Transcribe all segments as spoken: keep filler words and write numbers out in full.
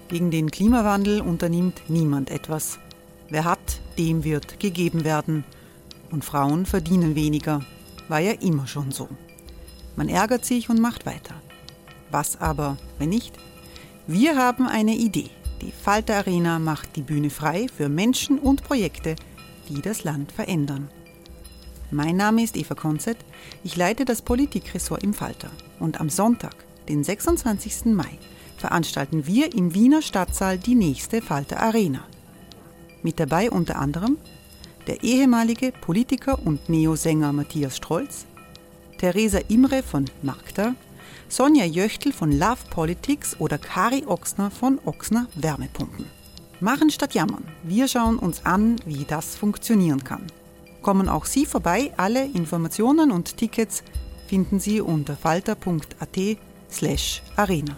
Gegen den Klimawandel unternimmt niemand etwas. Wer hat, dem wird gegeben werden. Und Frauen verdienen weniger. War ja immer schon so. Man ärgert sich und macht weiter. Was aber, wenn nicht? Wir haben eine Idee. Die Falter Arena macht die Bühne frei für Menschen und Projekte, die das Land verändern. Mein Name ist Eva Konzett. Ich leite das Politikressort im Falter. Und am Sonntag, den sechsundzwanzigsten Mai, veranstalten wir im Wiener Stadtsaal die nächste Falter Arena. Mit dabei unter anderem der ehemalige Politiker und Neosänger Matthias Strolz, Theresa Imre von Magda, Sonja Jöchtl von Love Politics oder Kari Ochsner von Ochsner Wärmepumpen. Machen statt jammern. Wir schauen uns an, wie das funktionieren kann. Kommen auch Sie vorbei. Alle Informationen und Tickets finden Sie unter falter punkt at slash arena.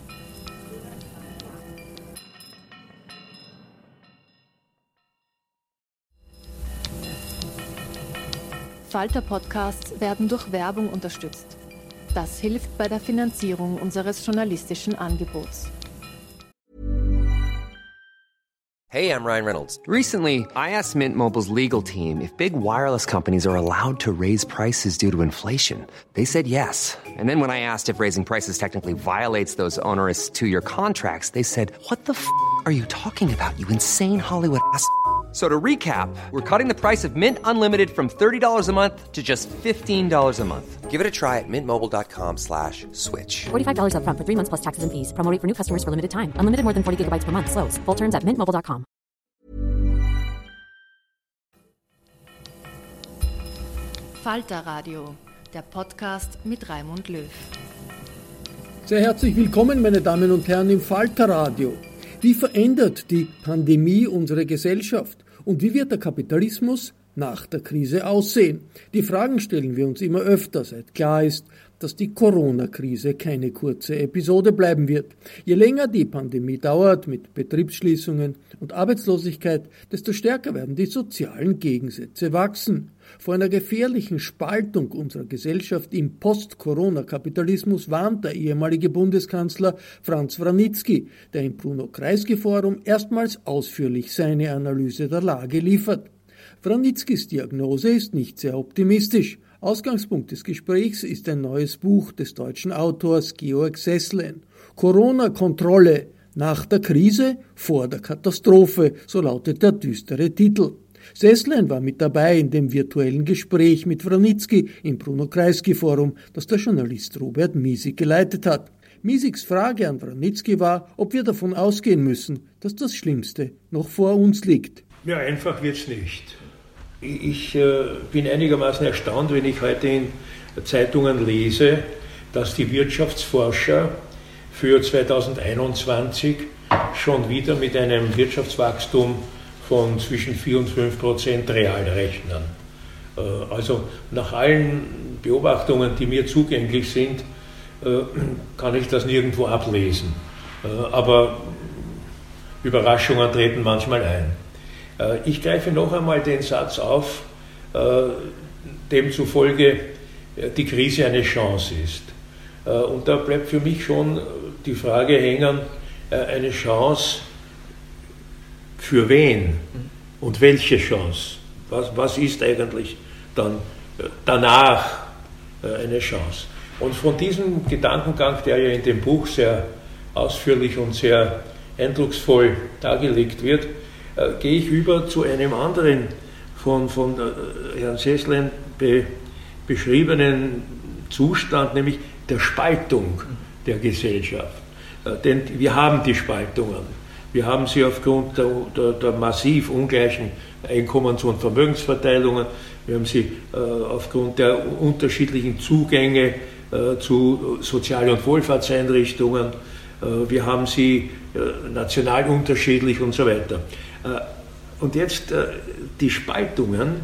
Falter-Podcasts werden durch Werbung unterstützt. Das hilft bei der Finanzierung unseres journalistischen Angebots. Hey, I'm Ryan Reynolds. Recently, I asked Mint Mobile's legal team if big wireless companies are allowed to raise prices due to inflation. They said yes. And then when I asked if raising prices technically violates those onerous two-year contracts, they said, "What the f*** are you talking about, you insane Hollywood ass f- So to recap, we're cutting the price of Mint Unlimited from thirty dollars a month to just fifteen dollars a month. Give it a try at mintmobile.com slash switch. forty-five dollars up front for three months plus taxes and fees. Promo rate for new customers for limited time. Unlimited more than forty gigabytes per month. Slows full terms at mint mobile dot com. Falter Radio, der Podcast mit Raimund Löw. Sehr herzlich willkommen, meine Damen und Herren, im Falter Radio. Wie verändert die Pandemie unsere Gesellschaft? Und wie wird der Kapitalismus nach der Krise aussehen? Die Fragen stellen wir uns immer öfter, seit klar ist, dass die Corona-Krise keine kurze Episode bleiben wird. Je länger die Pandemie dauert mit Betriebsschließungen und Arbeitslosigkeit, desto stärker werden die sozialen Gegensätze wachsen. Vor einer gefährlichen Spaltung unserer Gesellschaft im Post-Corona-Kapitalismus warnt der ehemalige Bundeskanzler Franz Vranitzky, der im Bruno-Kreisky-Forum erstmals ausführlich seine Analyse der Lage liefert. Vranitzkys Diagnose ist nicht sehr optimistisch. Ausgangspunkt des Gesprächs ist ein neues Buch des deutschen Autors Georg Seßlen. Corona-Kontrolle nach der Krise, vor der Katastrophe, so lautet der düstere Titel. Seßlen war mit dabei in dem virtuellen Gespräch mit Vranitzky im Bruno-Kreisky-Forum, das der Journalist Robert Miesig geleitet hat. Miesigs Frage an Vranitzky war, ob wir davon ausgehen müssen, dass das Schlimmste noch vor uns liegt. Ja, einfach wird's nicht. Ich äh, bin einigermaßen erstaunt, wenn ich heute in Zeitungen lese, dass die Wirtschaftsforscher für zweitausendeinundzwanzig schon wieder mit einem Wirtschaftswachstum von zwischen vier und fünf Prozent real rechnen. Äh, also nach allen Beobachtungen, die mir zugänglich sind, äh, kann ich das nirgendwo ablesen. Äh, aber Überraschungen treten manchmal ein. Ich greife noch einmal den Satz auf, demzufolge die Krise eine Chance ist. Und da bleibt für mich schon die Frage hängen, eine Chance für wen und welche Chance? Was, was ist eigentlich dann danach eine Chance? Und von diesem Gedankengang, der ja in dem Buch sehr ausführlich und sehr eindrucksvoll dargelegt wird, gehe ich über zu einem anderen von, von Herrn Seßlen be, beschriebenen Zustand, nämlich der Spaltung der Gesellschaft. Denn wir haben die Spaltungen. Wir haben sie aufgrund der, der, der massiv ungleichen Einkommens- und Vermögensverteilungen. Wir haben sie äh, aufgrund der unterschiedlichen Zugänge äh, zu Sozial- und Wohlfahrtseinrichtungen. Äh, wir haben sie äh, national unterschiedlich und so weiter. Und jetzt die Spaltungen,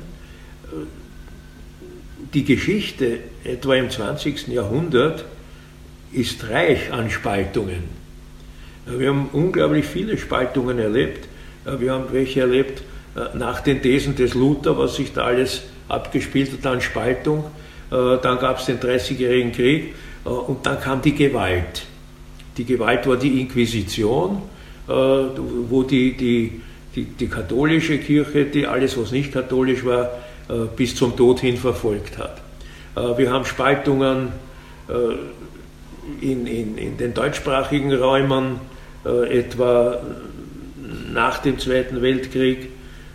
die Geschichte etwa im zwanzigsten Jahrhundert ist reich an Spaltungen. Wir haben unglaublich viele Spaltungen erlebt. Wir haben welche erlebt nach den Thesen des Luther, was sich da alles abgespielt hat an Spaltung. Dann gab es den Dreißigjährigen Krieg und dann kam die Gewalt. Die Gewalt war die Inquisition. wo die, die, die, die katholische Kirche, die alles, was nicht katholisch war, bis zum Tod hin verfolgt hat. Wir haben Spaltungen in, in, in den deutschsprachigen Räumen, etwa nach dem Zweiten Weltkrieg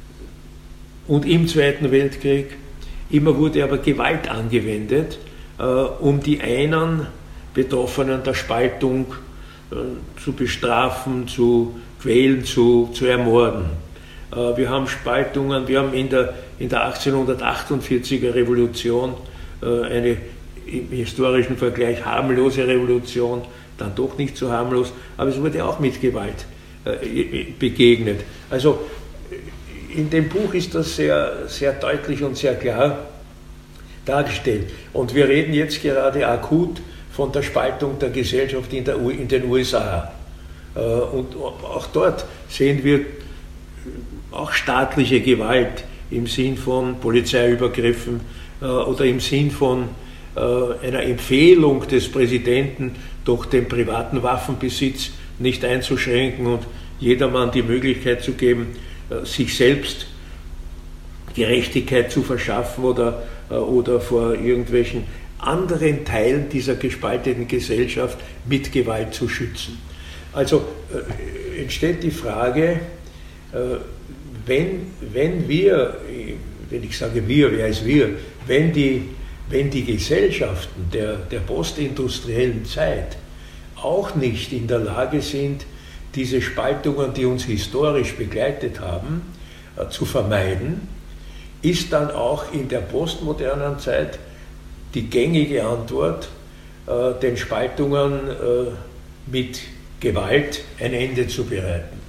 und im Zweiten Weltkrieg. Immer wurde aber Gewalt angewendet, um die einen Betroffenen der Spaltung zu bestrafen, zu quälen, zu, zu ermorden. Wir haben Spaltungen, wir haben in der, in der achtzehnhundertachtundvierziger Revolution eine im historischen Vergleich harmlose Revolution, dann doch nicht so harmlos, aber es wurde auch mit Gewalt begegnet. Also in dem Buch ist das sehr, sehr deutlich und sehr klar dargestellt. Und wir reden jetzt gerade akut von der Spaltung der Gesellschaft in, der, in den U S A. Und auch dort sehen wir auch staatliche Gewalt im Sinn von Polizeiübergriffen oder im Sinn von einer Empfehlung des Präsidenten, doch den privaten Waffenbesitz nicht einzuschränken und jedermann die Möglichkeit zu geben, sich selbst Gerechtigkeit zu verschaffen oder, oder vor irgendwelchen anderen Teilen dieser gespalteten Gesellschaft mit Gewalt zu schützen. Also äh, entsteht die Frage, äh, wenn, wenn wir, wenn ich sage wir, wer ist wir, wenn die, wenn die Gesellschaften der, der postindustriellen Zeit auch nicht in der Lage sind, diese Spaltungen, die uns historisch begleitet haben, äh, zu vermeiden, ist dann auch in der postmodernen Zeit die gängige Antwort, äh, den Spaltungen äh, mit Gewalt ein Ende zu bereiten.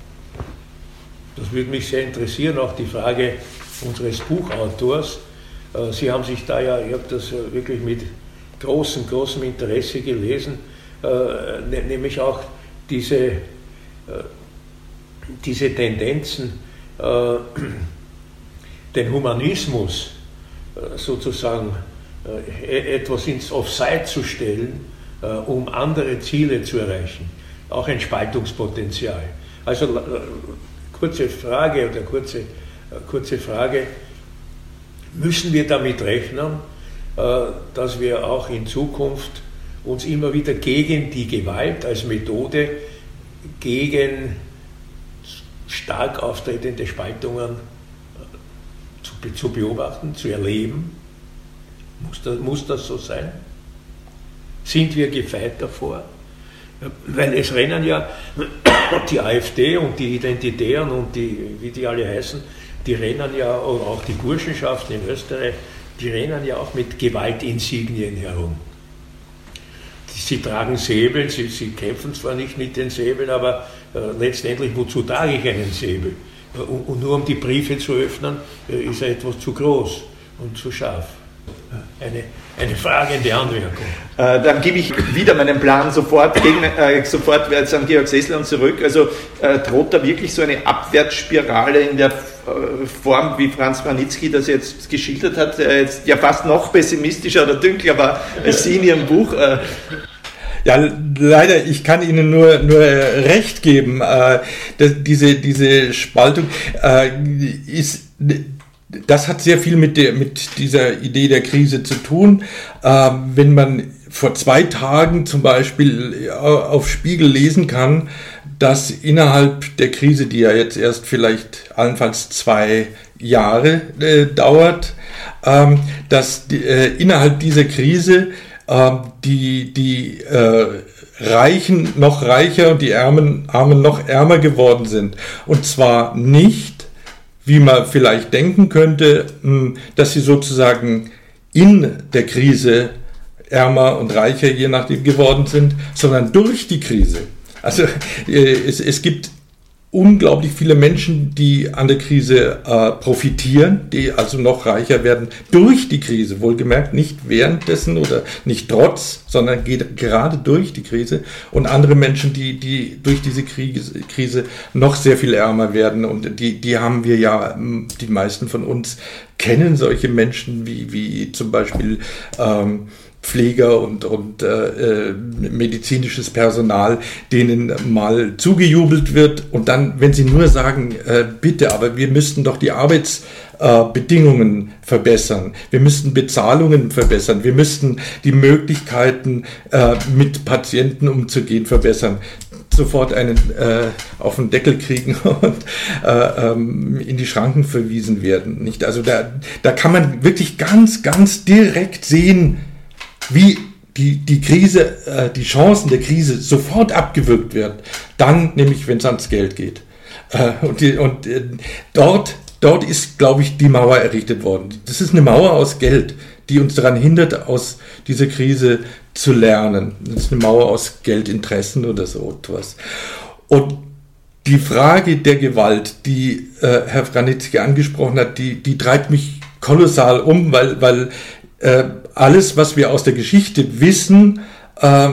Das würde mich sehr interessieren, auch die Frage unseres Buchautors. Äh, Sie haben sich da ja, ich habe das wirklich mit großem, großem Interesse gelesen, äh, ne, nämlich auch diese, äh, diese Tendenzen, äh, den Humanismus äh, sozusagen äh, etwas ins Offside zu stellen, äh, um andere Ziele zu erreichen. Auch ein Spaltungspotenzial. Also äh, kurze Frage oder kurze, äh, kurze Frage, müssen wir damit rechnen, äh, dass wir auch in Zukunft uns immer wieder gegen die Gewalt als Methode, gegen stark auftretende Spaltungen zu, zu beobachten, zu erleben? Muss das, muss das so sein? Sind wir gefeit davor? Weil es rennen ja die AfD und die Identitären und die, wie die alle heißen, die rennen ja, oder auch die Burschenschaften in Österreich, die rennen ja auch mit Gewaltinsignien herum. Sie tragen Säbel, sie, sie kämpfen zwar nicht mit den Säbeln, aber äh, letztendlich, wozu trage ich einen Säbel? Äh, und, und nur um die Briefe zu öffnen, äh, ist er etwas zu groß und zu scharf. Eine, eine fragende Anmerkung. Äh, dann gebe ich wieder meinen Plan sofort, gegen, äh, sofort an Georg Sessler zurück. Also äh, droht da wirklich so eine Abwärtsspirale in der äh, Form, wie Franz Branitzky das jetzt geschildert hat, äh, jetzt ja fast noch pessimistischer oder dünkler war als Sie in Ihrem Buch. Äh. Ja, leider, ich kann Ihnen nur, nur recht geben. Äh, dass diese, diese Spaltung äh, ist... Das hat sehr viel mit, der, mit dieser Idee der Krise zu tun. Ähm, wenn man vor zwei Tagen zum Beispiel auf Spiegel lesen kann, dass innerhalb der Krise, die ja jetzt erst vielleicht allenfalls zwei Jahre äh, dauert, ähm, dass die, äh, innerhalb dieser Krise äh, die, die äh, Reichen noch reicher und die Armen, Armen noch ärmer geworden sind. Und zwar nicht, wie man vielleicht denken könnte, dass sie sozusagen in der Krise ärmer und reicher, je nachdem, geworden sind, sondern durch die Krise. Also es, es gibt unglaublich viele Menschen, die an der Krise äh, profitieren, die also noch reicher werden durch die Krise, wohlgemerkt nicht währenddessen oder nicht trotz, sondern geht gerade durch die Krise, und andere Menschen, die, die durch diese Krise, Krise noch sehr viel ärmer werden, und die, die haben wir ja, die meisten von uns kennen solche Menschen wie, wie zum Beispiel ähm, Pfleger und, und äh, medizinisches Personal, denen mal zugejubelt wird und dann, wenn sie nur sagen, äh, bitte, aber wir müssten doch die Arbeitsbedingungen äh, verbessern, wir müssten Bezahlungen verbessern, wir müssten die Möglichkeiten, äh, mit Patienten umzugehen, verbessern, sofort einen äh, auf den Deckel kriegen und äh, ähm, in die Schranken verwiesen werden. Nicht? Also da, da kann man wirklich ganz, ganz direkt sehen, wie die, die Krise, äh, die Chancen der Krise sofort abgewürgt werden, dann nämlich, wenn es ans Geld geht. Äh, und die, und äh, dort, dort ist, glaube ich, die Mauer errichtet worden. Das ist eine Mauer aus Geld, die uns daran hindert, aus dieser Krise zu lernen. Das ist eine Mauer aus Geldinteressen oder so etwas. Und die Frage der Gewalt, die äh, Herr Vranitzky angesprochen hat, die, die treibt mich kolossal um, weil, weil äh, alles, was wir aus der Geschichte wissen, äh,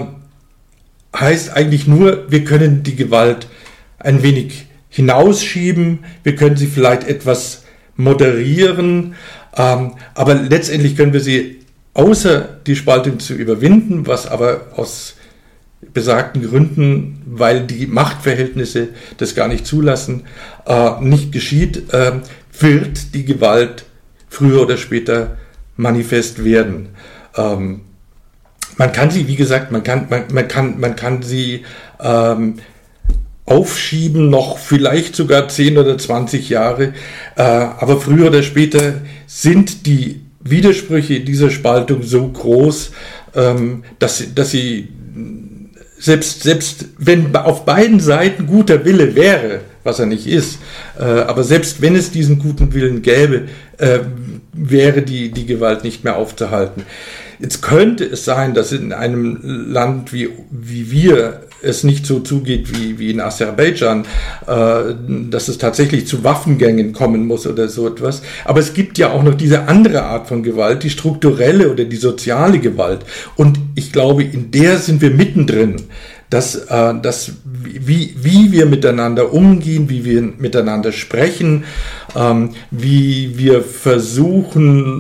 heißt eigentlich nur, wir können die Gewalt ein wenig hinausschieben, wir können sie vielleicht etwas moderieren, ähm, aber letztendlich können wir sie, außer die Spaltung zu überwinden, was aber aus besagten Gründen, weil die Machtverhältnisse das gar nicht zulassen, äh, nicht geschieht, äh, wird die Gewalt früher oder später manifest werden. Ähm, man kann sie, wie gesagt, man kann, man, man kann, man kann sie ähm, aufschieben, noch vielleicht sogar zehn oder zwanzig Jahre, äh, aber früher oder später sind die Widersprüche dieser Spaltung so groß, ähm, dass, dass sie selbst, selbst wenn auf beiden Seiten guter Wille wäre, was er nicht ist, äh, aber selbst wenn es diesen guten Willen gäbe, äh, wäre die, die Gewalt nicht mehr aufzuhalten. Jetzt könnte es sein, dass in einem Land wie, wie wir es nicht so zugeht wie, wie in Aserbaidschan, äh, dass es tatsächlich zu Waffengängen kommen muss oder so etwas. Aber es gibt ja auch noch diese andere Art von Gewalt, die strukturelle oder die soziale Gewalt. Und ich glaube, in der sind wir mittendrin. Dass, äh, dass wie, wie wir miteinander umgehen, wie wir miteinander sprechen, ähm, wie wir versuchen,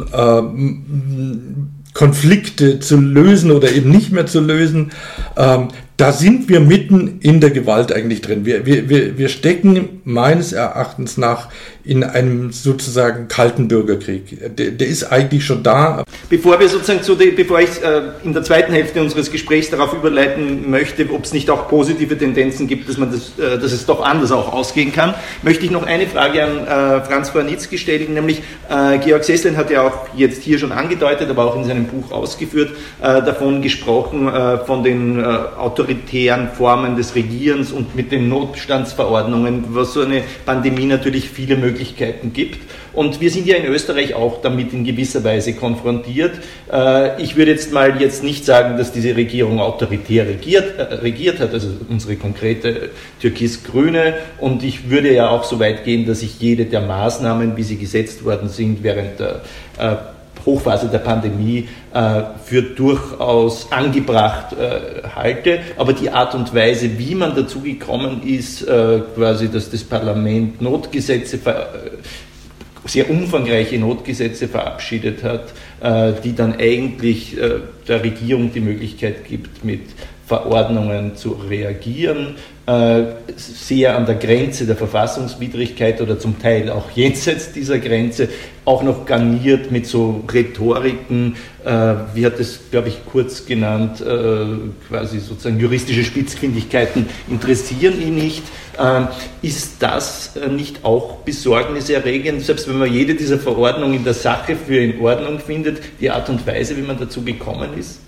ähm, Konflikte zu lösen oder eben nicht mehr zu lösen, ähm, da sind wir mitten in der Gewalt eigentlich drin. Wir, wir, wir stecken meines Erachtens nach in einem sozusagen kalten Bürgerkrieg. Der, der ist eigentlich schon da. Bevor wir sozusagen zu die, bevor ich äh, in der zweiten Hälfte unseres Gesprächs darauf überleiten möchte, ob es nicht auch positive Tendenzen gibt, dass man das, äh, dass es doch anders auch ausgehen kann, möchte ich noch eine Frage an äh, Franz Vranitzky stellen, nämlich äh, Georg Seslin hat ja auch jetzt hier schon angedeutet, aber auch in seinem Buch ausgeführt, äh, davon gesprochen, äh, von den äh, autoritären Formen des Regierens und mit den Notstandsverordnungen, was so eine Pandemie natürlich viele Möglichkeiten Möglichkeiten gibt. Und wir sind ja in Österreich auch damit in gewisser Weise konfrontiert. Ich würde jetzt mal jetzt nicht sagen, dass diese Regierung autoritär regiert, äh, regiert hat, also unsere konkrete türkis-grüne. Und ich würde ja auch so weit gehen, dass ich jede der Maßnahmen, wie sie gesetzt worden sind, während der äh, Hochphase der Pandemie äh, für durchaus angebracht äh, halte, aber die Art und Weise, wie man dazu gekommen ist, äh, quasi, dass das Parlament Notgesetze, ver- sehr umfangreiche Notgesetze verabschiedet hat, äh, die dann eigentlich äh, der Regierung die Möglichkeit gibt, mit Verordnungen zu reagieren, äh, sehr an der Grenze der Verfassungswidrigkeit oder zum Teil auch jenseits dieser Grenze, auch noch garniert mit so Rhetoriken, äh, wie hat es, glaube ich, kurz genannt, äh, quasi sozusagen juristische Spitzfindigkeiten interessieren ihn nicht. Äh, ist das äh, nicht auch besorgniserregend, selbst wenn man jede dieser Verordnungen in der Sache für in Ordnung findet, die Art und Weise, wie man dazu gekommen ist?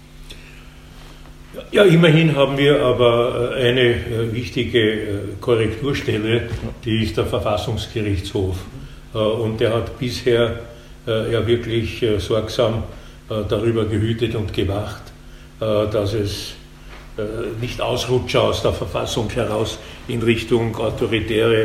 Ja, immerhin haben wir aber eine wichtige Korrekturstelle, die ist der Verfassungsgerichtshof. Und der hat bisher ja wirklich sorgsam darüber gehütet und gewacht, dass es nicht Ausrutscher aus der Verfassung heraus in Richtung autoritäre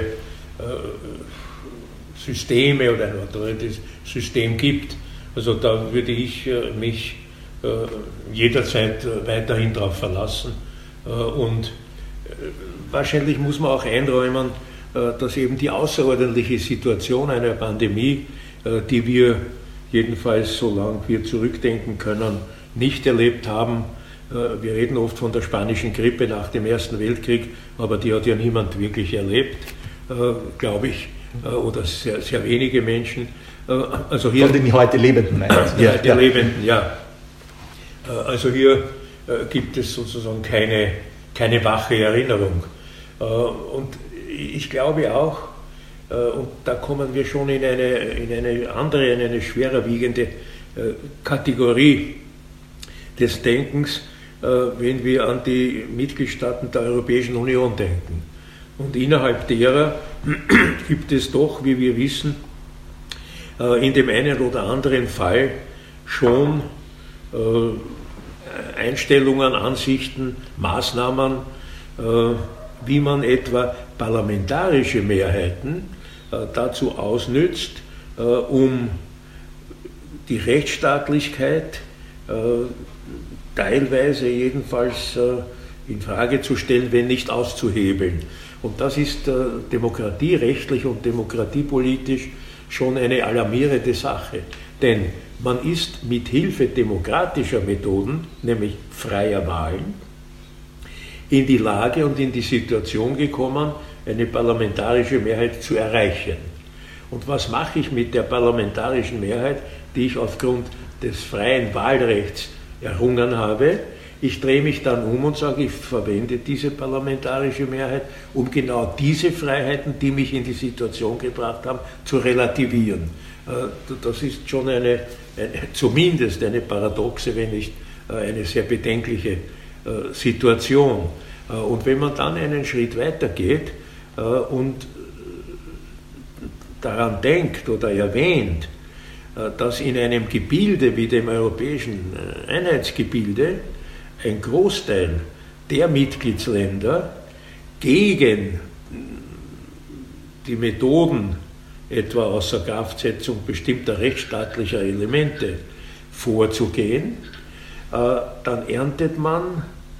Systeme oder ein autoritäres System gibt. Also da würde ich mich jederzeit weiterhin darauf verlassen. Und wahrscheinlich muss man auch einräumen, dass eben die außerordentliche Situation einer Pandemie, die wir jedenfalls, solange wir zurückdenken können, nicht erlebt haben. Wir reden oft von der spanischen Grippe nach dem Ersten Weltkrieg, aber die hat ja niemand wirklich erlebt, glaube ich, oder sehr, sehr wenige Menschen. Also hier, von den heute Lebenden, meinst du? Ja, die ja. Lebenden, ja. Also hier gibt es sozusagen keine, keine wache Erinnerung. Und ich glaube auch, und da kommen wir schon in eine, in eine andere, in eine schwerer wiegende Kategorie des Denkens, wenn wir an die Mitgliedstaaten der Europäischen Union denken. Und innerhalb derer gibt es doch, wie wir wissen, in dem einen oder anderen Fall schon Einstellungen, Ansichten, Maßnahmen, wie man etwa parlamentarische Mehrheiten dazu ausnützt, um die Rechtsstaatlichkeit teilweise jedenfalls in Frage zu stellen, wenn nicht auszuhebeln. Und das ist demokratierechtlich und demokratiepolitisch schon eine alarmierende Sache. Denn man ist mit Hilfe demokratischer Methoden, nämlich freier Wahlen, in die Lage und in die Situation gekommen, eine parlamentarische Mehrheit zu erreichen. Und was mache ich mit der parlamentarischen Mehrheit, die ich aufgrund des freien Wahlrechts errungen habe? Ich drehe mich dann um und sage, ich verwende diese parlamentarische Mehrheit, um genau diese Freiheiten, die mich in die Situation gebracht haben, zu relativieren. Das ist schon eine, eine zumindest eine paradoxe, wenn nicht eine sehr bedenkliche Situation. Und wenn man dann einen Schritt weiter geht und daran denkt oder erwähnt, dass in einem Gebilde wie dem europäischen Einheitsgebilde ein Großteil der Mitgliedsländer gegen die Methoden etwa außer Kraftsetzung bestimmter rechtsstaatlicher Elemente vorzugehen, dann erntet man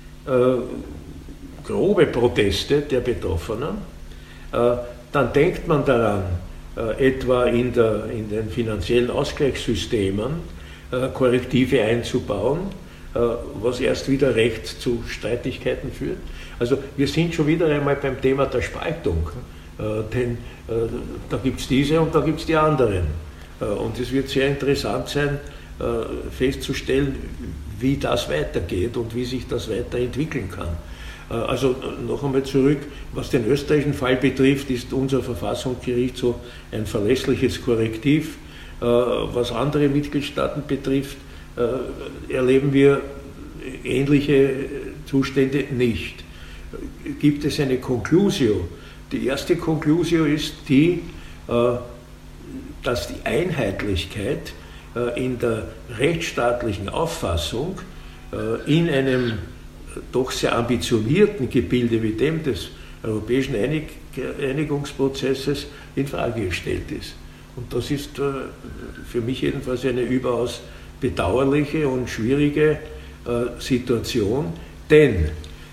grobe Proteste der Betroffenen. Dann denkt man daran, etwa in, der, in den finanziellen Ausgleichssystemen Korrektive einzubauen, was erst wieder recht zu Streitigkeiten führt. Also wir sind schon wieder einmal beim Thema der Spaltung, denn da gibt es diese und da gibt es die anderen. Und es wird sehr interessant sein, festzustellen, wie das weitergeht und wie sich das weiterentwickeln kann. Also noch einmal zurück, was den österreichischen Fall betrifft, ist unser Verfassungsgericht so ein verlässliches Korrektiv. Was andere Mitgliedstaaten betrifft, erleben wir ähnliche Zustände nicht. Gibt es eine Conclusio? Die erste Conclusio ist die, dass die Einheitlichkeit in der rechtsstaatlichen Auffassung in einem doch sehr ambitionierten Gebilde wie dem des europäischen Einig Einigungsprozesses in Frage gestellt ist. Und das ist für mich jedenfalls eine überaus bedauerliche und schwierige Situation, denn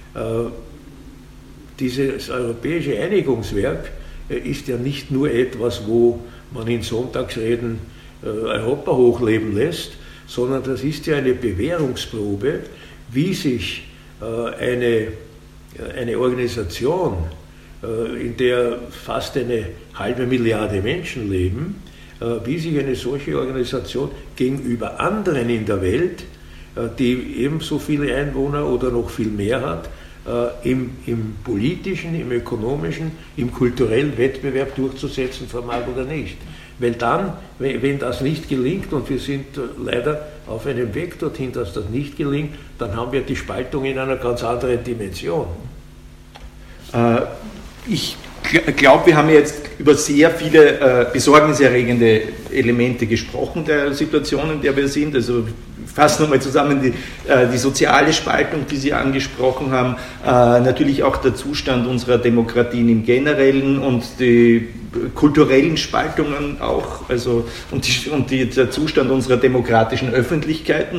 dieses europäische Einigungswerk ist ja nicht nur etwas, wo man in Sonntagsreden Europa hochleben lässt, sondern das ist ja eine Bewährungsprobe, wie sich eine, eine Organisation, in der fast eine halbe Milliarde Menschen leben, wie sich eine solche Organisation gegenüber anderen in der Welt, die ebenso viele Einwohner oder noch viel mehr hat, im, im politischen, im ökonomischen, im kulturellen Wettbewerb durchzusetzen vermag oder nicht. Weil dann, wenn das nicht gelingt, und wir sind leider auf einem Weg dorthin, dass das nicht gelingt, dann haben wir die Spaltung in einer ganz anderen Dimension. Äh, ich glaube, wir haben jetzt über sehr viele äh, besorgniserregende Elemente gesprochen der Situation, in der wir sind. Also fassen nochmal zusammen die, äh, die soziale Spaltung, die Sie angesprochen haben, äh, natürlich auch der Zustand unserer Demokratien im Generellen und die kulturellen Spaltungen auch, also und, die, und die, der Zustand unserer demokratischen Öffentlichkeiten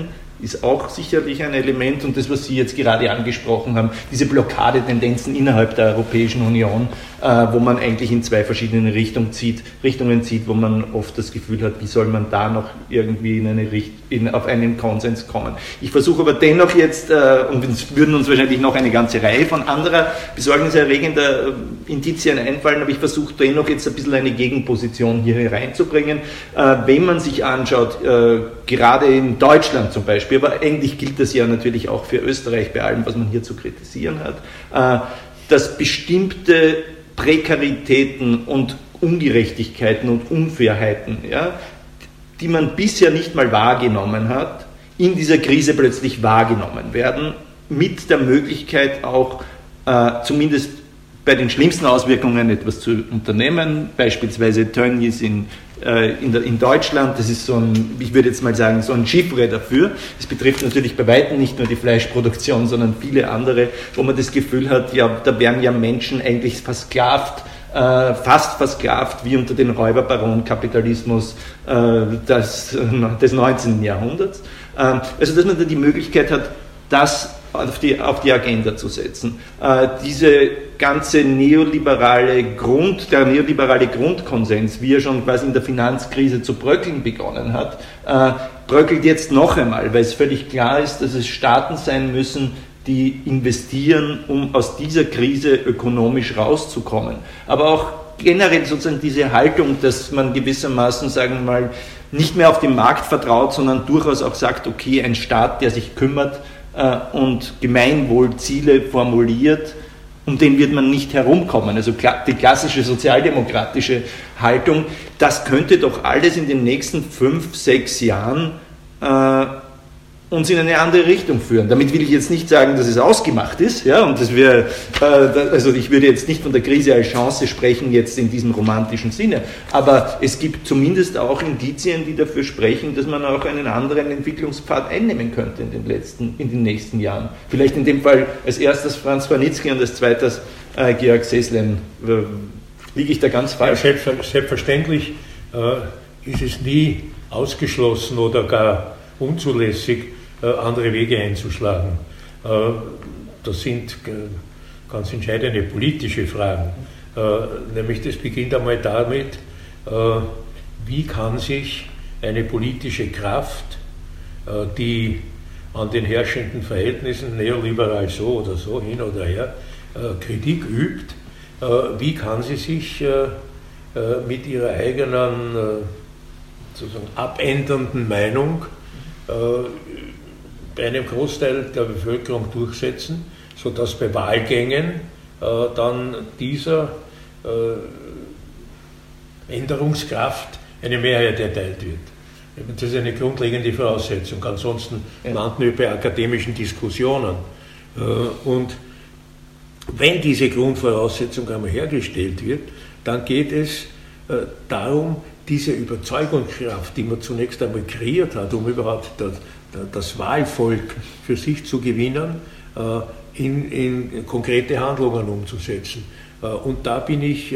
ist auch sicherlich ein Element und das, was Sie jetzt gerade angesprochen haben, diese Blockadetendenzen innerhalb der Europäischen Union, äh, wo man eigentlich in zwei verschiedene Richtungen zieht, Richtungen zieht, wo man oft das Gefühl hat, wie soll man da noch irgendwie in eine Richt- in, auf einen Konsens kommen. Ich versuche aber dennoch jetzt, äh, und es würden uns wahrscheinlich noch eine ganze Reihe von anderer besorgniserregender äh, Indizien einfallen, aber ich versuche dennoch jetzt ein bisschen eine Gegenposition hier reinzubringen. Äh, wenn man sich anschaut, äh, gerade in Deutschland zum Beispiel, aber eigentlich gilt das ja natürlich auch für Österreich bei allem, was man hier zu kritisieren hat, äh, dass bestimmte Prekaritäten und Ungerechtigkeiten und Unfairheiten, ja, die man bisher nicht mal wahrgenommen hat, in dieser Krise plötzlich wahrgenommen werden, mit der Möglichkeit auch äh, zumindest bei den schlimmsten Auswirkungen etwas zu unternehmen, beispielsweise Tönnies in, äh, in, der, in Deutschland, das ist so ein, ich würde jetzt mal sagen, so ein Chiffre dafür. Es betrifft natürlich bei weitem nicht nur die Fleischproduktion, sondern viele andere, wo man das Gefühl hat, ja, da werden ja Menschen eigentlich versklavt, äh, fast versklavt wie unter den Räuberbaron-Kapitalismus äh, des, des neunzehnten Jahrhunderts. Äh, also, dass man da die Möglichkeit hat, das auf die, auf die Agenda zu setzen. Äh, diese ganze neoliberale Grund, der neoliberale Grundkonsens, wie er schon quasi in der Finanzkrise zu bröckeln begonnen hat, äh, bröckelt jetzt noch einmal, weil es völlig klar ist, dass es Staaten sein müssen, die investieren, um aus dieser Krise ökonomisch rauszukommen. Aber auch generell sozusagen diese Haltung, dass man gewissermaßen, sagen wir mal, nicht mehr auf den Markt vertraut, sondern durchaus auch sagt, okay, ein Staat, der sich kümmert, und Gemeinwohlziele formuliert, um den wird man nicht herumkommen. Also die klassische sozialdemokratische Haltung, das könnte doch alles in den nächsten fünf, sechs Jahren äh, uns in eine andere Richtung führen. Damit will ich jetzt nicht sagen, dass es ausgemacht ist, ja, und dass wir, äh, also ich würde jetzt nicht von der Krise als Chance sprechen, jetzt in diesem romantischen Sinne, aber es gibt zumindest auch Indizien, die dafür sprechen, dass man auch einen anderen Entwicklungspfad einnehmen könnte in den letzten, in den nächsten Jahren. Vielleicht in dem Fall als erstes Franz Vranitzky und als zweites äh, Georg Seslem. Äh, liege ich da ganz falsch? Ja, selbstverständlich äh, ist es nie ausgeschlossen oder gar unzulässig, andere Wege einzuschlagen. Das sind ganz entscheidende politische Fragen. Nämlich das beginnt einmal damit, wie kann sich eine politische Kraft, die an den herrschenden Verhältnissen, neoliberal so oder so, hin oder her, Kritik übt, wie kann sie sich mit ihrer eigenen sozusagen abändernden Meinung bei einem Großteil der Bevölkerung durchsetzen, sodass bei Wahlgängen äh, dann dieser äh, Änderungskraft eine Mehrheit erteilt wird. Das ist eine grundlegende Voraussetzung, ansonsten landen wir bei akademischen Diskussionen. Äh, und wenn diese Grundvoraussetzung einmal hergestellt wird, dann geht es äh, darum, diese Überzeugungskraft, die man zunächst einmal kreiert hat, um überhaupt das, das Wahlvolk für sich zu gewinnen, in, in konkrete Handlungen umzusetzen. Und da bin ich,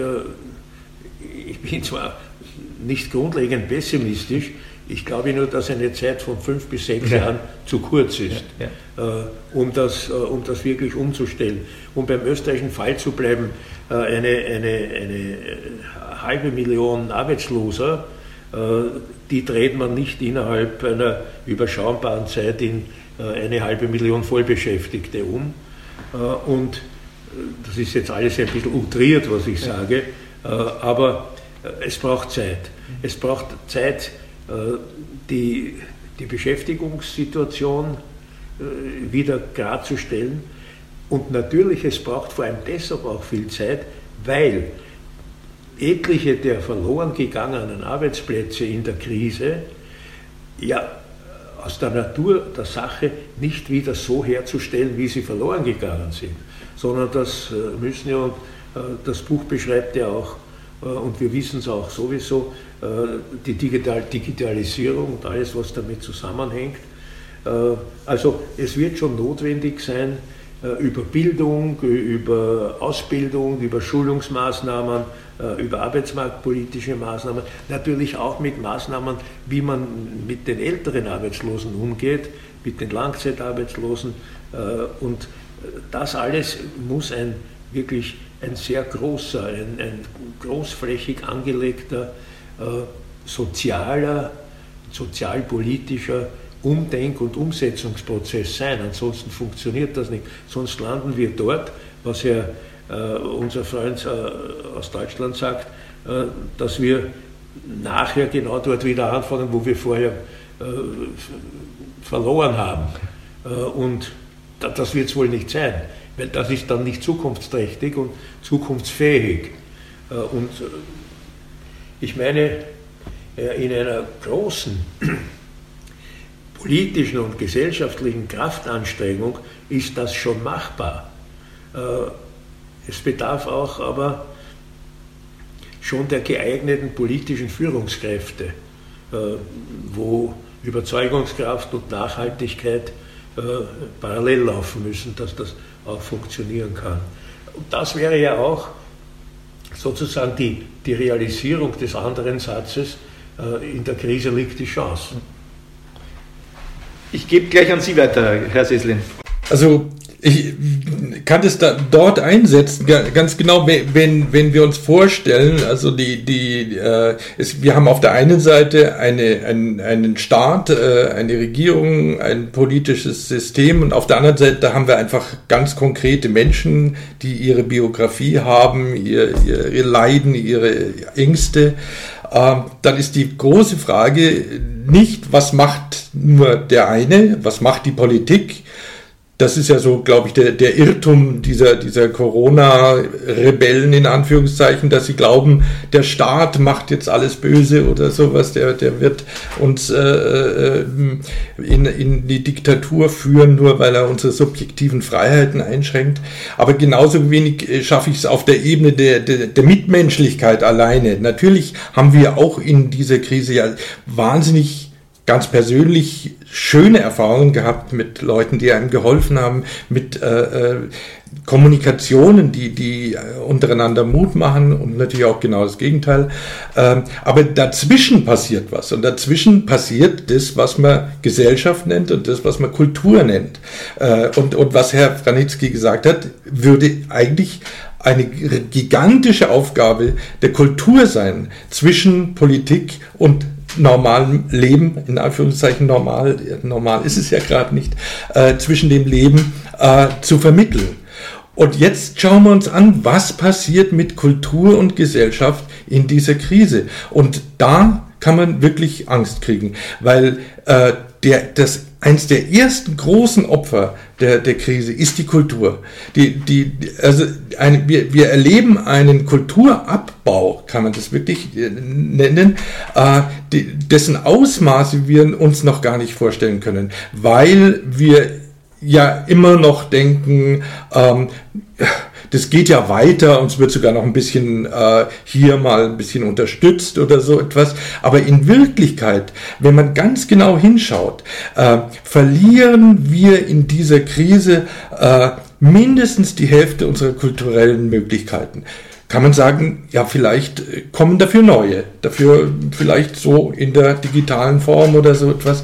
ich bin zwar nicht grundlegend pessimistisch, ich glaube nur, dass eine Zeit von fünf bis sechs ja. Jahren zu kurz ist, ja, ja. Um, das, um das wirklich umzustellen. Um beim österreichischen Fall zu bleiben, eine, eine, eine halbe Million Arbeitsloser, die dreht man nicht innerhalb einer überschaubaren Zeit in eine halbe Million Vollbeschäftigte um. Und das ist jetzt alles ein bisschen outriert, was ich sage, aber es braucht Zeit. Es braucht Zeit, die, die Beschäftigungssituation wieder klarzustellen. Und natürlich, es braucht vor allem deshalb auch viel Zeit, weil etliche der verloren gegangenen Arbeitsplätze in der Krise ja aus der Natur der Sache nicht wieder so herzustellen, wie sie verloren gegangen sind, sondern das müssen ja, und das Buch beschreibt ja auch, und wir wissen es auch sowieso, die Digital Digitalisierung und alles, was damit zusammenhängt. Also es wird schon notwendig sein, über Bildung, über Ausbildung, über Schulungsmaßnahmen, über arbeitsmarktpolitische Maßnahmen, natürlich auch mit Maßnahmen, wie man mit den älteren Arbeitslosen umgeht, mit den Langzeitarbeitslosen. Und das alles muss ein wirklich ein sehr großer, ein, ein großflächig angelegter sozialer, sozialpolitischer Umdenk- und Umsetzungsprozess sein. Ansonsten funktioniert das nicht. Sonst landen wir dort, was ja äh, unser Freund äh, aus Deutschland sagt, äh, dass wir nachher genau dort wieder anfangen, wo wir vorher äh, verloren haben. Äh, und da, das wird es wohl nicht sein, weil das ist dann nicht zukunftsträchtig und zukunftsfähig. Äh, und äh, ich meine, äh, in einer großen politischen und gesellschaftlichen Kraftanstrengung ist das schon machbar. Es bedarf auch aber schon der geeigneten politischen Führungskräfte, wo Überzeugungskraft und Nachhaltigkeit parallel laufen müssen, dass das auch funktionieren kann. Und das wäre ja auch sozusagen die, die Realisierung des anderen Satzes, in der Krise liegt die Chance. Ich gebe gleich an Sie weiter, Herr Seslin. Also ich kann das da dort einsetzen, ganz genau, wenn, wenn wir uns vorstellen, also die, die, äh, es, wir haben auf der einen Seite eine, einen, einen Staat, äh, eine Regierung, ein politisches System und auf der anderen Seite haben wir einfach ganz konkrete Menschen, die ihre Biografie haben, ihr, ihr, ihr Leiden, ihre Ängste. Äh, dann ist die große Frage nicht, was macht nur der eine, was macht die Politik. Das ist ja so, glaube ich, der, der Irrtum dieser, dieser Corona-Rebellen in Anführungszeichen, dass sie glauben, der Staat macht jetzt alles böse oder sowas, der, der wird uns äh, in, in die Diktatur führen, nur weil er unsere subjektiven Freiheiten einschränkt. Aber genauso wenig schaffe ich es auf der Ebene der, der, der Mitmenschlichkeit alleine. Natürlich haben wir auch in dieser Krise ja wahnsinnig ganz persönlich schöne Erfahrungen gehabt mit Leuten, die einem geholfen haben, mit äh, äh, Kommunikationen, die, die äh, untereinander Mut machen und natürlich auch genau das Gegenteil. Ähm, aber dazwischen passiert was und dazwischen passiert das, was man Gesellschaft nennt und das, was man Kultur nennt. Äh, und, und was Herr Vranitzky gesagt hat, würde eigentlich eine gigantische Aufgabe der Kultur sein, zwischen Politik und normalem Leben, in Anführungszeichen normal, normal ist es ja gerade nicht, äh, zwischen dem Leben äh, zu vermitteln. Und jetzt schauen wir uns an, was passiert mit Kultur und Gesellschaft in dieser Krise. Und da kann man wirklich Angst kriegen, weil äh, der, das eins der ersten großen Opfer der, der Krise ist die Kultur. Die, die, also eine, wir, wir erleben einen Kulturabbau, kann man das wirklich nennen, äh, die, dessen Ausmaße wir uns noch gar nicht vorstellen können, weil wir ja immer noch denken, ähm, das geht ja weiter, uns wird sogar noch ein bisschen äh, hier mal ein bisschen unterstützt oder so etwas. Aber in Wirklichkeit, wenn man ganz genau hinschaut, äh, verlieren wir in dieser Krise äh, mindestens die Hälfte unserer kulturellen Möglichkeiten. Kann man sagen, ja, vielleicht kommen dafür neue, dafür vielleicht so in der digitalen Form oder so etwas.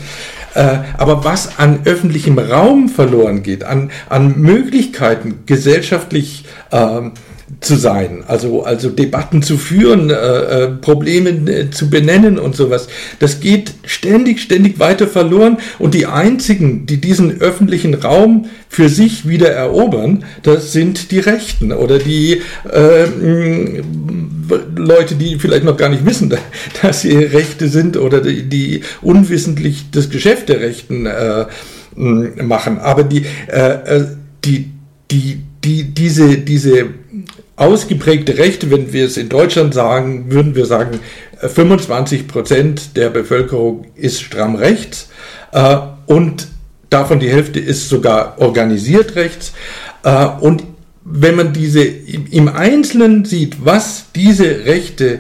Aber was an öffentlichem Raum verloren geht, an, an Möglichkeiten, gesellschaftlich äh, zu sein, also, also Debatten zu führen, äh, Probleme äh, zu benennen und sowas, das geht ständig, ständig weiter verloren und die einzigen, die diesen öffentlichen Raum für sich wieder erobern, das sind die Rechten oder die äh, Leute, die vielleicht noch gar nicht wissen, dass sie Rechte sind oder die, die unwissentlich das Geschäft der Rechten äh, machen. Aber die, äh, die, die, die, diese, diese ausgeprägte Rechte, wenn wir es in Deutschland sagen, würden wir sagen, fünfundzwanzig Prozent der Bevölkerung ist stramm rechts äh, und davon die Hälfte ist sogar organisiert rechts. Äh, und wenn man diese im Einzelnen sieht, was diese Rechte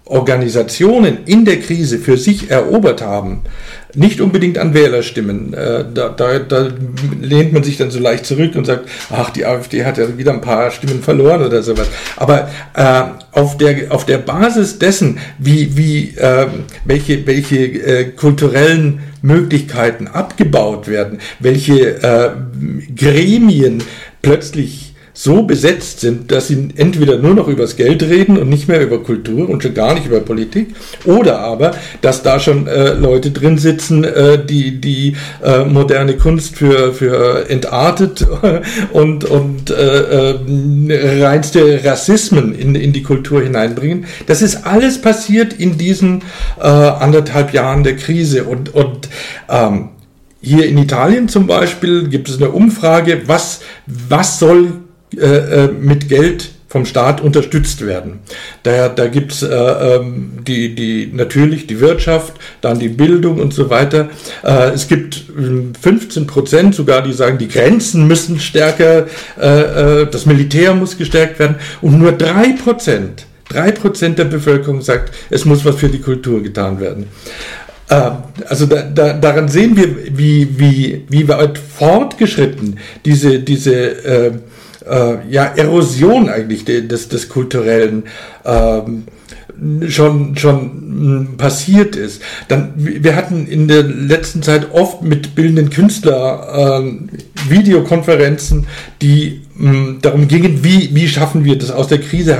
Organisationen in der Krise für sich erobert haben, nicht unbedingt an Wählerstimmen. Äh, da, da, da lehnt man sich dann so leicht zurück und sagt, ach, die AfD hat ja wieder ein paar Stimmen verloren oder sowas. Aber äh, auf der auf der Basis dessen, wie wie äh, welche welche äh, kulturellen Möglichkeiten abgebaut werden, welche äh, Gremien plötzlich so besetzt sind, dass sie entweder nur noch über das Geld reden und nicht mehr über Kultur und schon gar nicht über Politik, oder aber, dass da schon äh, Leute drin sitzen, äh, die die äh, moderne Kunst für für entartet und und äh, äh, reinste Rassismen in in die Kultur hineinbringen. Das ist alles passiert in diesen äh, anderthalb Jahren der Krise und und ähm, hier in Italien zum Beispiel gibt es eine Umfrage, was was soll Äh, mit Geld vom Staat unterstützt werden. Da, da gibt es äh, ähm, die, die, natürlich die Wirtschaft, dann die Bildung und so weiter. Äh, es gibt fünfzehn Prozent sogar, die sagen, die Grenzen müssen stärker, äh, das Militär muss gestärkt werden, und nur drei Prozent, drei Prozent der Bevölkerung sagt, es muss was für die Kultur getan werden. Äh, also da, da, daran sehen wir, wie, wie, wie weit fortgeschritten diese, diese äh, Äh, ja, Erosion eigentlich des, des Kulturellen ähm, schon, schon mh, passiert ist. Dann, wir hatten in der letzten Zeit oft mit bildenden Künstlern äh, Videokonferenzen, die mh, darum gingen, wie, wie schaffen wir das, aus der Krise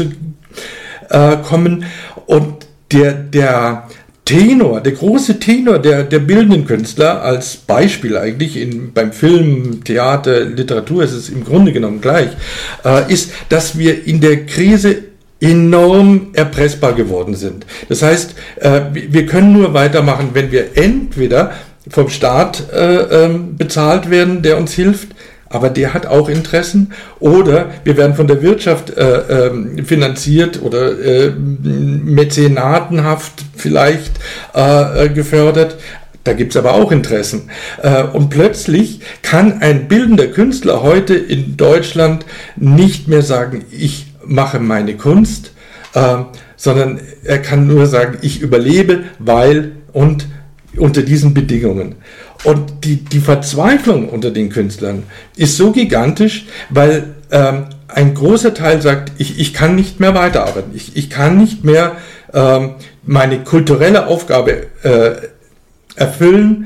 herauszukommen. Und der, der Tenor, der große Tenor der, der bildenden Künstler, als Beispiel eigentlich in, beim Film, Theater, Literatur ist es im Grunde genommen gleich, äh, ist, dass wir in der Krise enorm erpressbar geworden sind. Das heißt, äh, wir können nur weitermachen, wenn wir entweder vom Staat äh, äh, bezahlt werden, der uns hilft, aber der hat auch Interessen, oder wir werden von der Wirtschaft äh, äh, finanziert oder äh, mäzenatenhaft vielleicht äh, gefördert. Da gibt's aber auch Interessen. Äh, und plötzlich kann ein bildender Künstler heute in Deutschland nicht mehr sagen, ich mache meine Kunst, äh, sondern er kann nur sagen, ich überlebe, weil und unter diesen Bedingungen. Und die, die Verzweiflung unter den Künstlern ist so gigantisch, weil ähm, ein großer Teil sagt, ich, ich kann nicht mehr weiterarbeiten, ich, ich kann nicht mehr ähm, meine kulturelle Aufgabe äh, erfüllen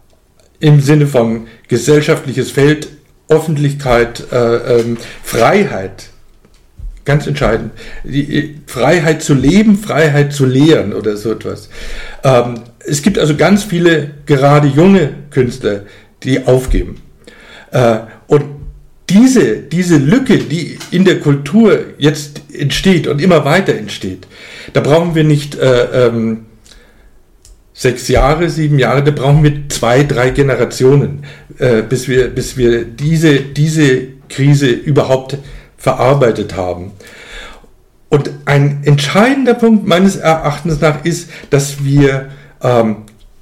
im Sinne von gesellschaftliches Feld, Öffentlichkeit, äh, ähm, Freiheit. Ganz entscheidend. Die Freiheit zu leben, Freiheit zu lehren oder so etwas. Ähm, es gibt also ganz viele, gerade junge Künstler, die aufgeben. Äh, und diese, diese Lücke, die in der Kultur jetzt entsteht und immer weiter entsteht, da brauchen wir nicht äh, ähm, sechs Jahre, sieben Jahre, da brauchen wir zwei, drei Generationen, äh, bis wir, bis wir diese, diese Krise überhaupt verarbeitet haben. Und ein entscheidender Punkt meines Erachtens nach ist, dass wir, ähm,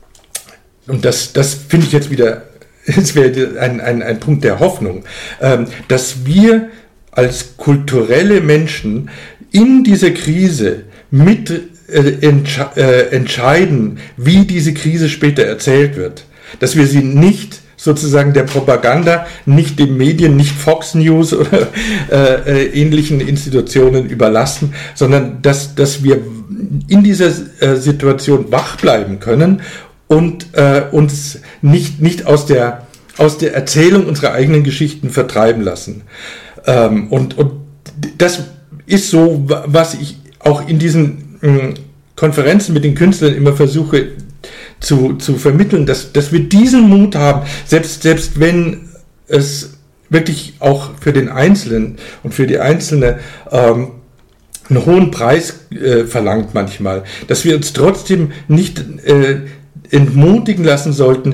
und das, das finde ich jetzt wieder, es wäre ein, ein, ein Punkt der Hoffnung, ähm, dass wir als kulturelle Menschen in dieser Krise mit äh, entsche- äh, entscheiden, wie diese Krise später erzählt wird. Dass wir sie nicht sozusagen der Propaganda, nicht den Medien, nicht Fox News oder äh, äh, ähnlichen Institutionen überlassen, sondern dass, dass wir in dieser äh, Situation wach bleiben können und äh, uns nicht, nicht aus der, aus der Erzählung unserer eigenen Geschichten vertreiben lassen. Ähm, und, und das ist so, was ich auch in diesen mh, Konferenzen mit den Künstlern immer versuche zu, zu vermitteln, dass, dass wir diesen Mut haben, selbst, selbst wenn es wirklich auch für den Einzelnen und für die Einzelne ähm, einen hohen Preis äh, verlangt manchmal, dass wir uns trotzdem nicht äh, entmutigen lassen sollten,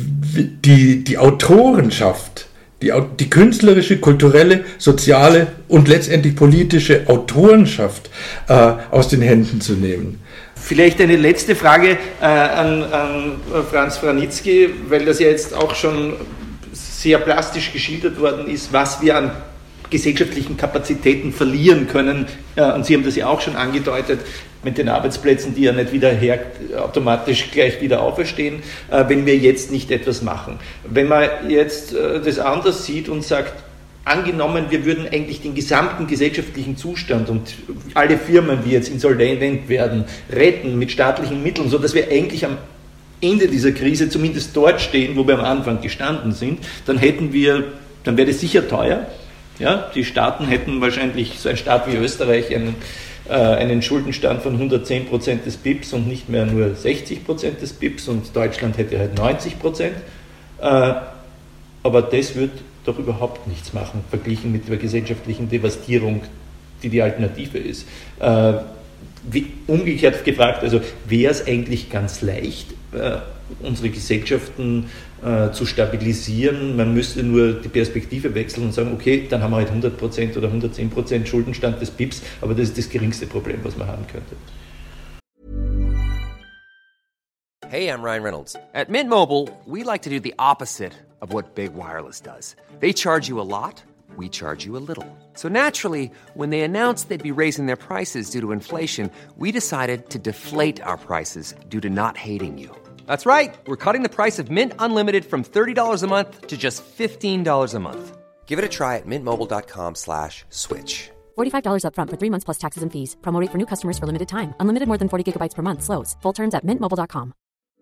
die, die Autorenschaft, die, die künstlerische, kulturelle, soziale und letztendlich politische Autorenschaft äh, aus den Händen zu nehmen. Vielleicht eine letzte Frage äh, an, an Franz Vranitzky, weil das ja jetzt auch schon sehr plastisch geschildert worden ist, was wir an gesellschaftlichen Kapazitäten verlieren können. Äh, und Sie haben das ja auch schon angedeutet. mit den Arbeitsplätzen, die ja nicht wieder her, automatisch gleich wieder auferstehen, äh, wenn wir jetzt nicht etwas machen. Wenn man jetzt äh, das anders sieht und sagt, angenommen, wir würden eigentlich den gesamten gesellschaftlichen Zustand und alle Firmen, die jetzt insolvent werden, retten mit staatlichen Mitteln, sodass wir eigentlich am Ende dieser Krise zumindest dort stehen, wo wir am Anfang gestanden sind, dann hätten wir, dann wäre das sicher teuer. Ja? Die Staaten hätten wahrscheinlich, so ein Staat wie Österreich, einen einen Schuldenstand von hundertzehn Prozent des B I P s und nicht mehr nur sechzig Prozent des B I P s und Deutschland hätte halt neunzig Prozent. Aber das wird doch überhaupt nichts machen, verglichen mit der gesellschaftlichen Devastierung, die die Alternative ist. Wie, umgekehrt gefragt, also wäre es eigentlich ganz leicht, unsere Gesellschaften äh, zu stabilisieren. Man müsste nur die Perspektive wechseln und sagen, okay, dann haben wir halt hundert Prozent oder hundertzehn Prozent Schuldenstand des B I P s, aber das ist das geringste Problem, was man haben könnte. Hey, I'm Ryan Reynolds. At Mint Mobile, we like to do the opposite of what Big Wireless does. They charge you a lot, we charge you a little. So naturally, when they announced they'd be raising their prices due to inflation, we decided to deflate our prices due to not hating you. That's right. We're cutting the price of Mint Unlimited from thirty dollars a month to just fifteen dollars a month. Give it a try at mintmobile.com slash switch. forty-five dollars up front for three months plus taxes and fees. Promo rate for new customers for limited time. Unlimited more than forty gigabytes per month. Slows full terms at mint mobile dot com.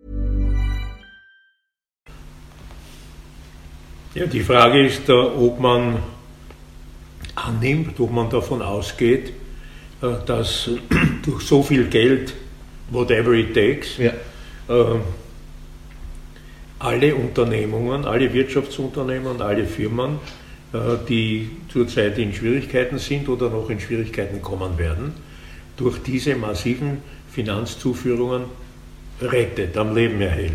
Ja, die Frage ist, ob man annimmt, ob man davon ausgeht, dass durch so viel Geld, whatever it takes, ja. alle Unternehmungen, alle Wirtschaftsunternehmen, alle Firmen, die zurzeit in Schwierigkeiten sind oder noch in Schwierigkeiten kommen werden, durch diese massiven Finanzzuführungen rettet, am Leben erhält.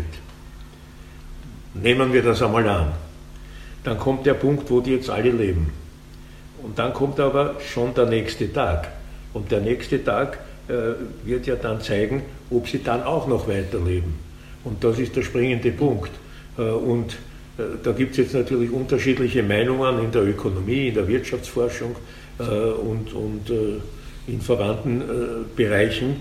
Nehmen wir das einmal an. Dann kommt der Punkt, wo die jetzt alle leben. Und dann kommt aber schon der nächste Tag. Und der nächste Tag äh, wird ja dann zeigen, ob sie dann auch noch weiterleben. Und das ist der springende Punkt. Äh, und äh, da gibt es jetzt natürlich unterschiedliche Meinungen in der Ökonomie, in der Wirtschaftsforschung äh, und, und äh, in verwandten äh, Bereichen.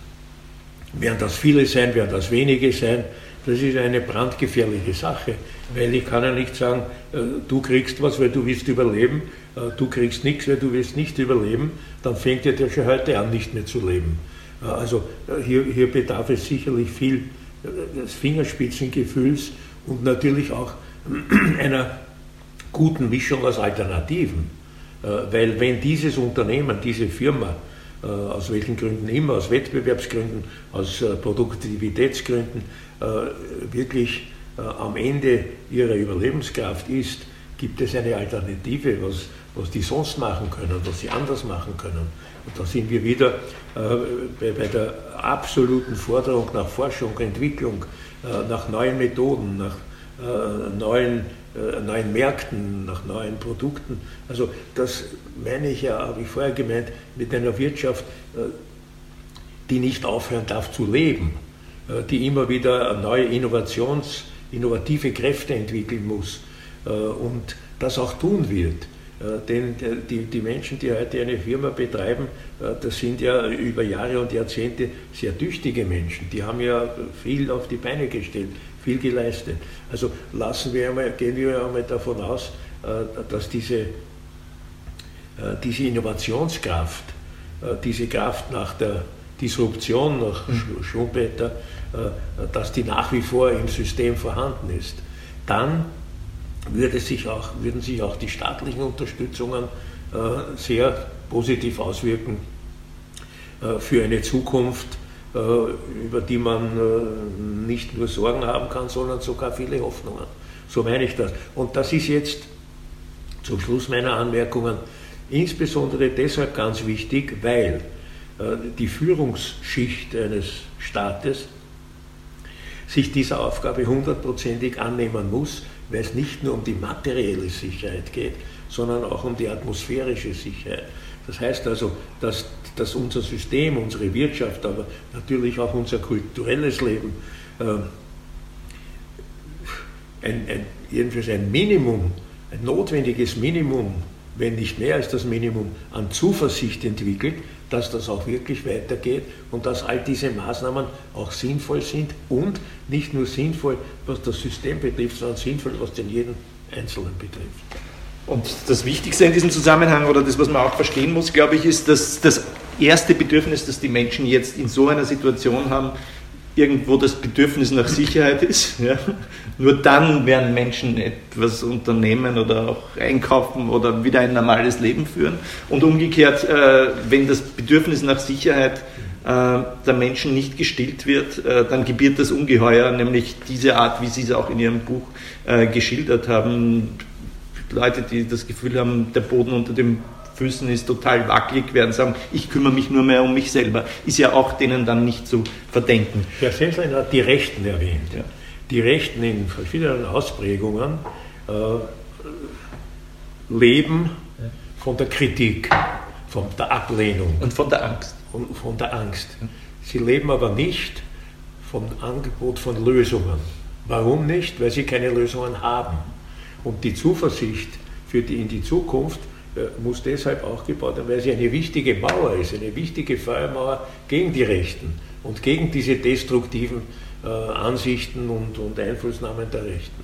Werden das viele sein, werden das wenige sein? Das ist eine brandgefährliche Sache, weil ich kann ja nicht sagen, äh, du kriegst was, weil du willst überleben, äh, du kriegst nichts, weil du willst nicht überleben, dann fängt ja der schon heute an, nicht mehr zu leben. Äh, also äh, hier, hier bedarf es sicherlich viel äh, des Fingerspitzengefühls und natürlich auch äh, einer guten Mischung aus Alternativen, äh, weil wenn dieses Unternehmen, diese Firma, äh, aus welchen Gründen immer, aus Wettbewerbsgründen, aus äh, Produktivitätsgründen, wirklich äh, am Ende ihrer Überlebenskraft ist, gibt es eine Alternative, was, was die sonst machen können, was sie anders machen können. Und da sind wir wieder äh, bei, bei der absoluten Forderung nach Forschung, Entwicklung, äh, nach neuen Methoden, nach äh, neuen, äh, neuen Märkten, nach neuen Produkten. Also das meine ich ja, habe ich vorher gemeint, mit einer Wirtschaft, äh, die nicht aufhören darf zu leben, die immer wieder neue Innovations, innovative Kräfte entwickeln muss und das auch tun wird. Denn die, die Menschen, die heute eine Firma betreiben, das sind ja über Jahre und Jahrzehnte sehr tüchtige Menschen. Die haben ja viel auf die Beine gestellt, viel geleistet. Also lassen wir einmal, gehen wir einmal davon aus, dass diese, diese Innovationskraft, diese Kraft nach der Disruption, nach Schumpeter, dass die nach wie vor im System vorhanden ist, dann würde sich auch, würden sich auch die staatlichen Unterstützungen sehr positiv auswirken für eine Zukunft, über die man nicht nur Sorgen haben kann, sondern sogar viele Hoffnungen. So meine ich das. Und das ist jetzt zum Schluss meiner Anmerkungen insbesondere deshalb ganz wichtig, weil die Führungsschicht eines Staates sich dieser Aufgabe hundertprozentig annehmen muss, weil es nicht nur um die materielle Sicherheit geht, sondern auch um die atmosphärische Sicherheit. Das heißt also, dass, dass unser System, unsere Wirtschaft, aber natürlich auch unser kulturelles Leben äh, ein, ein, jedenfalls ein Minimum, ein notwendiges Minimum wenn nicht mehr als das Minimum, an Zuversicht entwickelt, dass das auch wirklich weitergeht und dass all diese Maßnahmen auch sinnvoll sind und nicht nur sinnvoll, was das System betrifft, sondern sinnvoll, was den jeden Einzelnen betrifft. Und das Wichtigste in diesem Zusammenhang, oder das, was man auch verstehen muss, glaube ich, ist, dass das erste Bedürfnis, das die Menschen jetzt in so einer Situation haben, irgendwo das Bedürfnis nach Sicherheit ist. Ja. Nur dann werden Menschen etwas unternehmen oder auch einkaufen oder wieder ein normales Leben führen. Und umgekehrt, äh, wenn das Bedürfnis nach Sicherheit äh, der Menschen nicht gestillt wird, äh, dann gebiert das Ungeheuer, nämlich diese Art, wie Sie es auch in Ihrem Buch äh, geschildert haben. Leute, die das Gefühl haben, der Boden unter dem Füßen ist total wackelig, werden sagen, ich kümmere mich nur mehr um mich selber. Ist ja auch denen dann nicht zu verdenken. Herr Sesslein hat die Rechten erwähnt. Ja. Die Rechten in verschiedenen Ausprägungen äh, leben von der Kritik, von der Ablehnung. Und von der Angst. Und von der Angst. Sie leben aber nicht vom Angebot von Lösungen. Warum nicht? Weil sie keine Lösungen haben. Und die Zuversicht für die in die Zukunft muss deshalb auch gebaut werden, weil sie eine wichtige Mauer ist, eine wichtige Feuermauer gegen die Rechten und gegen diese destruktiven äh, Ansichten und, und Einflussnahmen der Rechten.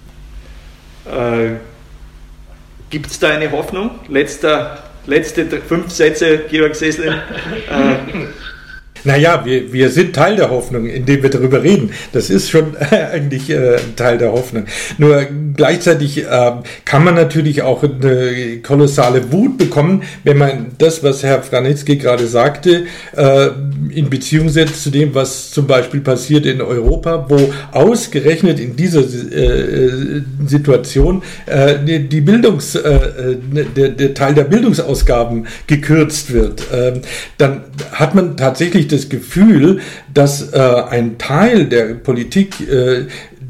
Äh, Gibt es da eine Hoffnung? Letzter, letzte fünf Sätze, Georg Sesslein. äh, Naja, wir, wir sind Teil der Hoffnung, indem wir darüber reden. Das ist schon eigentlich äh, Teil der Hoffnung. Nur gleichzeitig äh, kann man natürlich auch eine kolossale Wut bekommen, wenn man das, was Herr Vranitzky gerade sagte, äh, in Beziehung setzt zu dem, was zum Beispiel passiert in Europa, wo ausgerechnet in dieser äh, Situation äh, die Bildungs, äh, der, der Teil der Bildungsausgaben gekürzt wird. Äh, dann hat man tatsächlich das Gefühl, dass äh, ein Teil der Politik äh,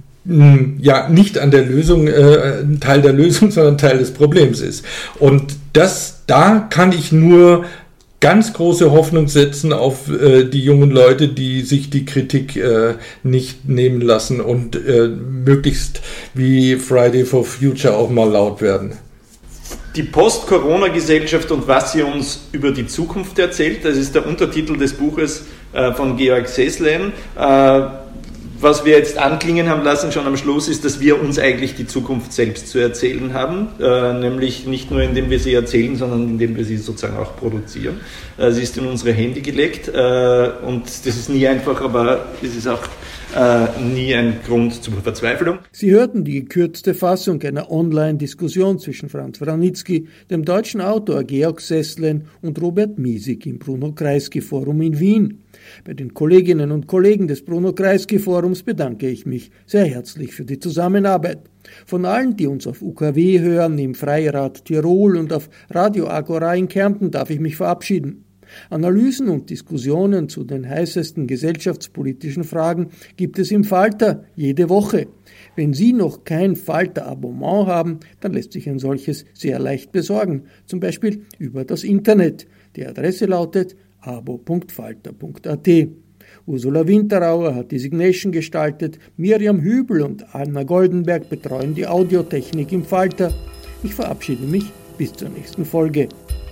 ja nicht an der Lösung, äh, Teil der Lösung, sondern Teil des Problems ist. Und das, da kann ich nur ganz große Hoffnung setzen auf äh, die jungen Leute, die sich die Kritik äh, nicht nehmen lassen und äh, möglichst wie Friday for Future auch mal laut werden. Die Post-Corona-Gesellschaft und was sie uns über die Zukunft erzählt, das ist der Untertitel des Buches äh, von Georg Sesslein. Äh, was wir jetzt anklingen haben lassen schon am Schluss ist, dass wir uns eigentlich die Zukunft selbst zu erzählen haben, äh, nämlich nicht nur indem wir sie erzählen, sondern indem wir sie sozusagen auch produzieren. Äh, sie ist in unsere Hände gelegt äh, und das ist nie einfach, aber es ist auch Äh, nie ein Grund zur Verzweiflung. Sie hörten die gekürzte Fassung einer Online-Diskussion zwischen Franz Vranitzky, dem deutschen Autor Georg Sesslein und Robert Miesig im Bruno-Kreisky-Forum in Wien. Bei den Kolleginnen und Kollegen des Bruno-Kreisky-Forums bedanke ich mich sehr herzlich für die Zusammenarbeit. Von allen, die uns auf U K W hören, im Freirad Tirol und auf Radio Agora in Kärnten, darf ich mich verabschieden. Analysen und Diskussionen zu den heißesten gesellschaftspolitischen Fragen gibt es im Falter jede Woche. Wenn Sie noch kein Falter-Abonnement haben, dann lässt sich ein solches sehr leicht besorgen, zum Beispiel über das Internet. Die Adresse lautet abo punkt falter punkt a t. Ursula Winterauer hat die Signation gestaltet, Miriam Hübel und Anna Goldenberg betreuen die Audiotechnik im Falter. Ich verabschiede mich bis zur nächsten Folge.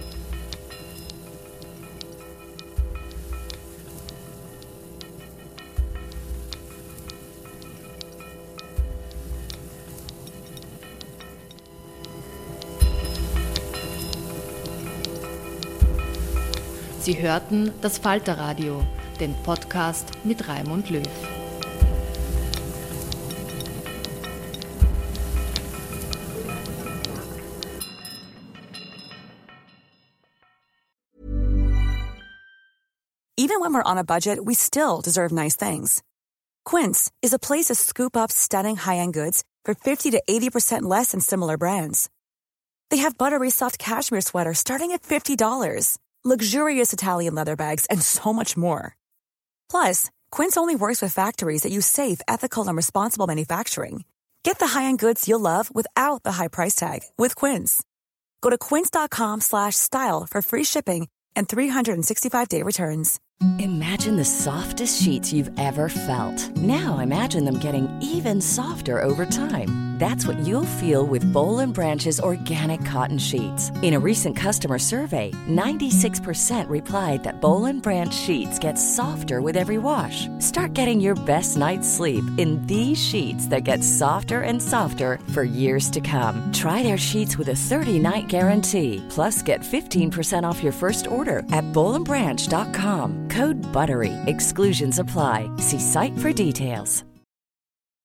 Sie hörten das Falterradio, den Podcast mit Raimund Löw. Even when we're on a budget, we still deserve nice things. Quince is a place to scoop up stunning high-end goods for fifty to eighty percent less than similar brands. They have buttery soft cashmere sweaters starting at fifty dollars. Luxurious Italian leather bags, and so much more. Plus, Quince only works with factories that use safe, ethical, and responsible manufacturing. Get the high-end goods you'll love without the high price tag with Quince. Go to quince.com slash style for free shipping and three sixty-five day returns. Imagine the softest sheets you've ever felt. Now imagine them getting even softer over time. That's what you'll feel with Boll and Branch's organic cotton sheets. In a recent customer survey, ninety-six percent replied that Boll and Branch sheets get softer with every wash. Start getting your best night's sleep in these sheets that get softer and softer for years to come. Try their sheets with a thirty-night guarantee. Plus, get fifteen percent off your first order at boll and branch dot com. Code BUTTERY. Exclusions apply. See site for details.